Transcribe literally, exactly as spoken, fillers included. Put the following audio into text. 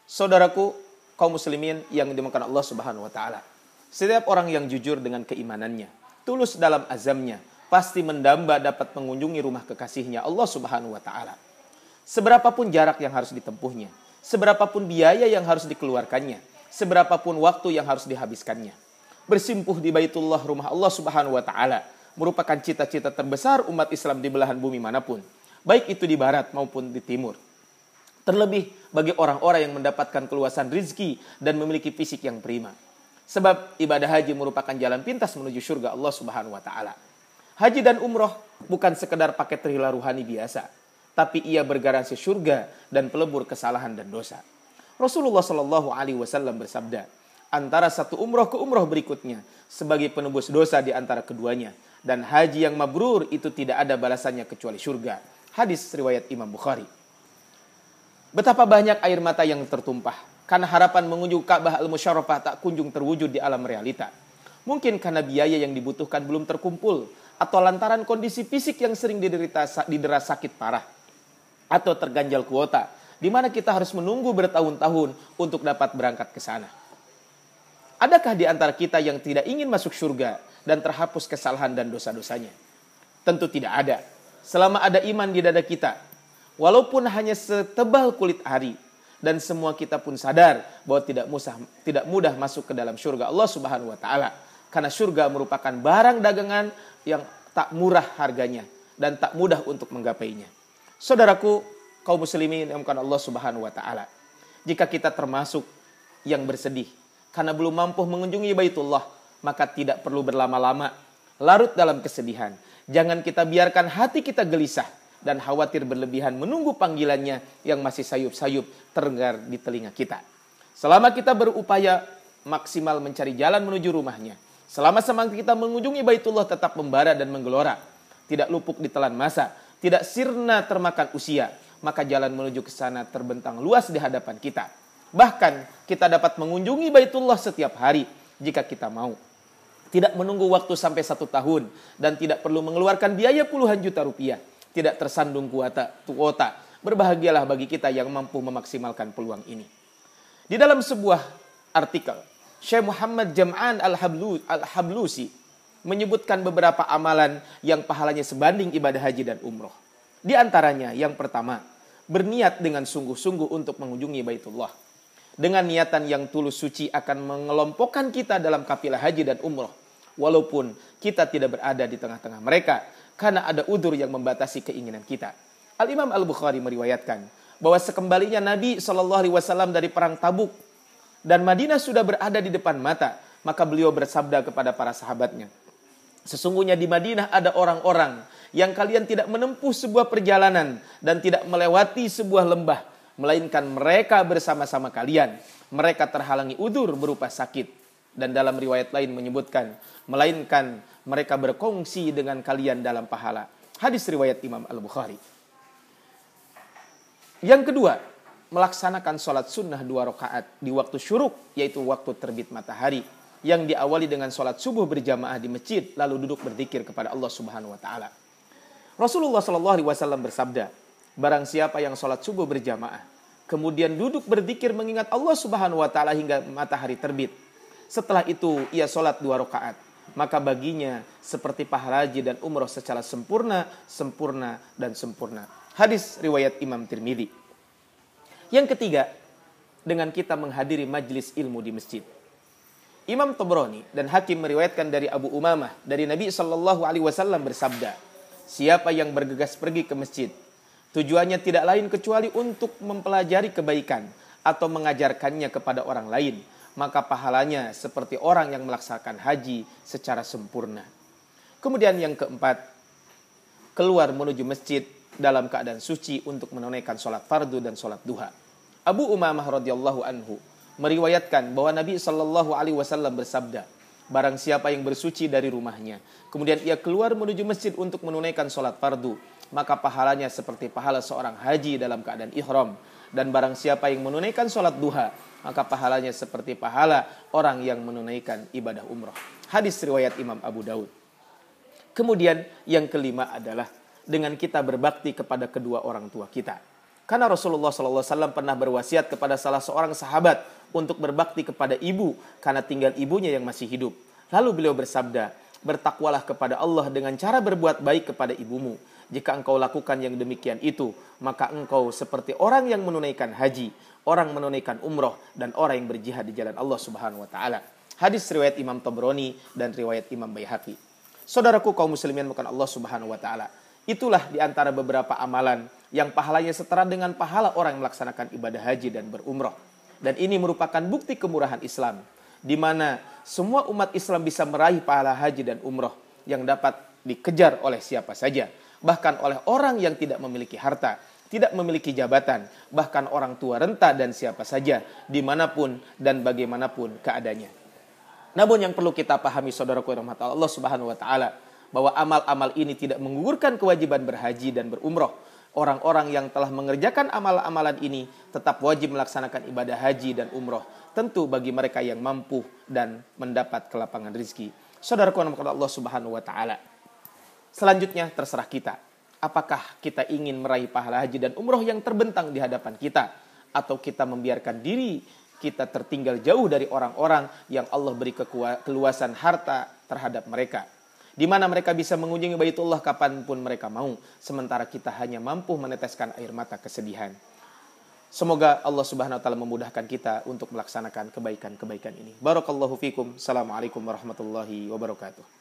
Saudaraku, kaum muslimin yang dimuliakan Allah Subhanahu wa taala. Setiap orang yang jujur dengan keimanannya, tulus dalam azamnya, pasti mendamba dapat mengunjungi rumah kekasihnya Allah Subhanahu wa taala. Seberapapun jarak yang harus ditempuhnya, seberapapun biaya yang harus dikeluarkannya, seberapapun waktu yang harus dihabiskannya. Bersimpuh di Baitullah, rumah Allah Subhanahu wa taala, merupakan cita-cita terbesar umat Islam di belahan bumi manapun, baik itu di barat maupun di timur. Terlebih bagi orang-orang yang mendapatkan keluasan rizki dan memiliki fisik yang prima. Sebab ibadah haji merupakan jalan pintas menuju surga Allah Subhanahu wa taala. Haji dan umroh bukan sekedar paket rihla ruhani biasa, tapi ia bergaransi surga dan pelebur kesalahan dan dosa. Rasulullah Shallallahu alaihi wasallam bersabda, antara satu umroh ke umroh berikutnya sebagai penebus dosa di antara keduanya, dan haji yang mabrur itu tidak ada balasannya kecuali surga. Hadis riwayat Imam Bukhari. Betapa banyak air mata yang tertumpah karena harapan mengunjungi Ka'bah Al-Musyarrafah tak kunjung terwujud di alam realita. Mungkin karena biaya yang dibutuhkan belum terkumpul, atau lantaran kondisi fisik yang sering diderita, didera sakit parah, atau terganjal kuota, di mana kita harus menunggu bertahun-tahun untuk dapat berangkat ke sana. Adakah di antara kita yang tidak ingin masuk surga dan terhapus kesalahan dan dosa-dosanya? Tentu tidak ada. Selama ada iman di dada kita, walaupun hanya setebal kulit ari, dan semua kita pun sadar bahwa tidak mudah, tidak mudah masuk ke dalam surga Allah Subhanahu wa taala. Karena surga merupakan barang dagangan yang tak murah harganya dan tak mudah untuk menggapainya. Saudaraku, kaum muslimin yang dimuliakan Allah Subhanahu wa taala, jika kita termasuk yang bersedih karena belum mampu mengunjungi Baitullah, maka tidak perlu berlama-lama larut dalam kesedihan. Jangan kita biarkan hati kita gelisah dan khawatir berlebihan menunggu panggilannya yang masih sayup-sayup terdengar di telinga kita. Selama kita berupaya maksimal mencari jalan menuju rumahnya, selama semangat kita mengunjungi Baitullah tetap membara dan menggelora, tidak lupuk ditelan masa, tidak sirna termakan usia, maka jalan menuju ke sana terbentang luas di hadapan kita. Bahkan kita dapat mengunjungi Baitullah setiap hari jika kita mau. Tidak menunggu waktu sampai satu tahun dan tidak perlu mengeluarkan biaya puluhan juta rupiah. Tidak tersandung kuota, kuota. Berbahagialah bagi kita yang mampu memaksimalkan peluang ini. Di dalam sebuah artikel, Syekh Muhammad Jam'an Al-Hablusi menyebutkan beberapa amalan yang pahalanya sebanding ibadah haji dan umroh. Di antaranya yang pertama, berniat dengan sungguh-sungguh untuk mengunjungi Baitullah. Dengan niatan yang tulus suci akan mengelompokkan kita dalam kafilah haji dan umroh. Walaupun kita tidak berada di tengah-tengah mereka, karena ada udzur yang membatasi keinginan kita. Al-Imam Al-Bukhari meriwayatkan bahwa sekembalinya Nabi shallallahu alaihi wasallam dari perang Tabuk dan Madinah sudah berada di depan mata, maka beliau bersabda kepada para sahabatnya, sesungguhnya di Madinah ada orang-orang yang kalian tidak menempuh sebuah perjalanan dan tidak melewati sebuah lembah, melainkan mereka bersama-sama kalian. Mereka terhalangi udzur berupa sakit. Dan dalam riwayat lain menyebutkan, melainkan mereka berkongsi dengan kalian dalam pahala. Hadis riwayat Imam Al-Bukhari. Yang kedua, melaksanakan sholat sunnah dua rakaat di waktu syuruk, yaitu waktu terbit matahari, yang diawali dengan sholat subuh berjamaah di masjid, lalu duduk berzikir kepada Allah Subhanahu wa taala. Rasulullah Shallallahu alaihi wasallam bersabda, barang siapa yang sholat subuh berjamaah, kemudian duduk berzikir mengingat Allah Subhanahu wa taala hingga matahari terbit, setelah itu ia sholat dua rakaat, maka baginya seperti pahala haji dan umroh secara sempurna, sempurna, dan sempurna. Hadis riwayat Imam Tirmidzi. Yang ketiga, dengan kita menghadiri majlis ilmu di masjid. Imam Tabrani dan Hakim meriwayatkan dari Abu Umamah dari Nabi Shallallahu alaihi wasallam bersabda, siapa yang bergegas pergi ke masjid, tujuannya tidak lain kecuali untuk mempelajari kebaikan atau mengajarkannya kepada orang lain, maka pahalanya seperti orang yang melaksanakan haji secara sempurna. Kemudian yang keempat, keluar menuju masjid dalam keadaan suci untuk menunaikan sholat fardu dan sholat duha. Abu Umamah radhiyallahu anhu meriwayatkan bahwa Nabi shallallahu alaihi wasallam bersabda, barang siapa yang bersuci dari rumahnya, kemudian ia keluar menuju masjid untuk menunaikan sholat fardu, maka pahalanya seperti pahala seorang haji dalam keadaan ihram. Dan barang siapa yang menunaikan sholat duha, maka pahalanya seperti pahala orang yang menunaikan ibadah umroh. Hadis riwayat Imam Abu Daud. Kemudian yang kelima adalah dengan kita berbakti kepada kedua orang tua kita. Karena Rasulullah shallallahu alaihi wasallam pernah berwasiat kepada salah seorang sahabat untuk berbakti kepada ibu karena tinggal ibunya yang masih hidup. Lalu beliau bersabda, bertakwalah kepada Allah dengan cara berbuat baik kepada ibumu. Jika engkau lakukan yang demikian itu, maka engkau seperti orang yang menunaikan haji, orang menunaikan umroh, dan orang yang berjihad di jalan Allah Subhanahu wa taala. Hadis riwayat Imam Tabrani dan riwayat Imam Baihaqi. Saudaraku kaum muslimin bukan Allah Subhanahu wa taala. Itulah di antara beberapa amalan yang pahalanya setara dengan pahala orang yang melaksanakan ibadah haji dan berumroh. Dan ini merupakan bukti kemurahan Islam, di mana semua umat Islam bisa meraih pahala haji dan umroh yang dapat dikejar oleh siapa saja. Bahkan oleh orang yang tidak memiliki harta, tidak memiliki jabatan, bahkan orang tua renta dan siapa saja, dimanapun dan bagaimanapun keadaannya. Namun yang perlu kita pahami saudaraku rahmat Allah Subhanahu wa taala, bahwa amal-amal ini tidak menggugurkan kewajiban berhaji dan berumroh. Orang-orang yang telah mengerjakan amal-amalan ini tetap wajib melaksanakan ibadah haji dan umroh. Tentu bagi mereka yang mampu dan mendapat kelapangan rezeki. Saudaraku rahmat Allah Subhanahu wa taala. Selanjutnya terserah kita. Apakah kita ingin meraih pahala haji dan umroh yang terbentang di hadapan kita, atau kita membiarkan diri kita tertinggal jauh dari orang-orang yang Allah beri keluasan harta terhadap mereka, di mana mereka bisa mengunjungi Baitullah kapanpun mereka mau, sementara kita hanya mampu meneteskan air mata kesedihan. Semoga Allah Subhanahu wa taala memudahkan kita untuk melaksanakan kebaikan-kebaikan ini. Barakallahu fikum. Assalamualaikum warahmatullahi wabarakatuh.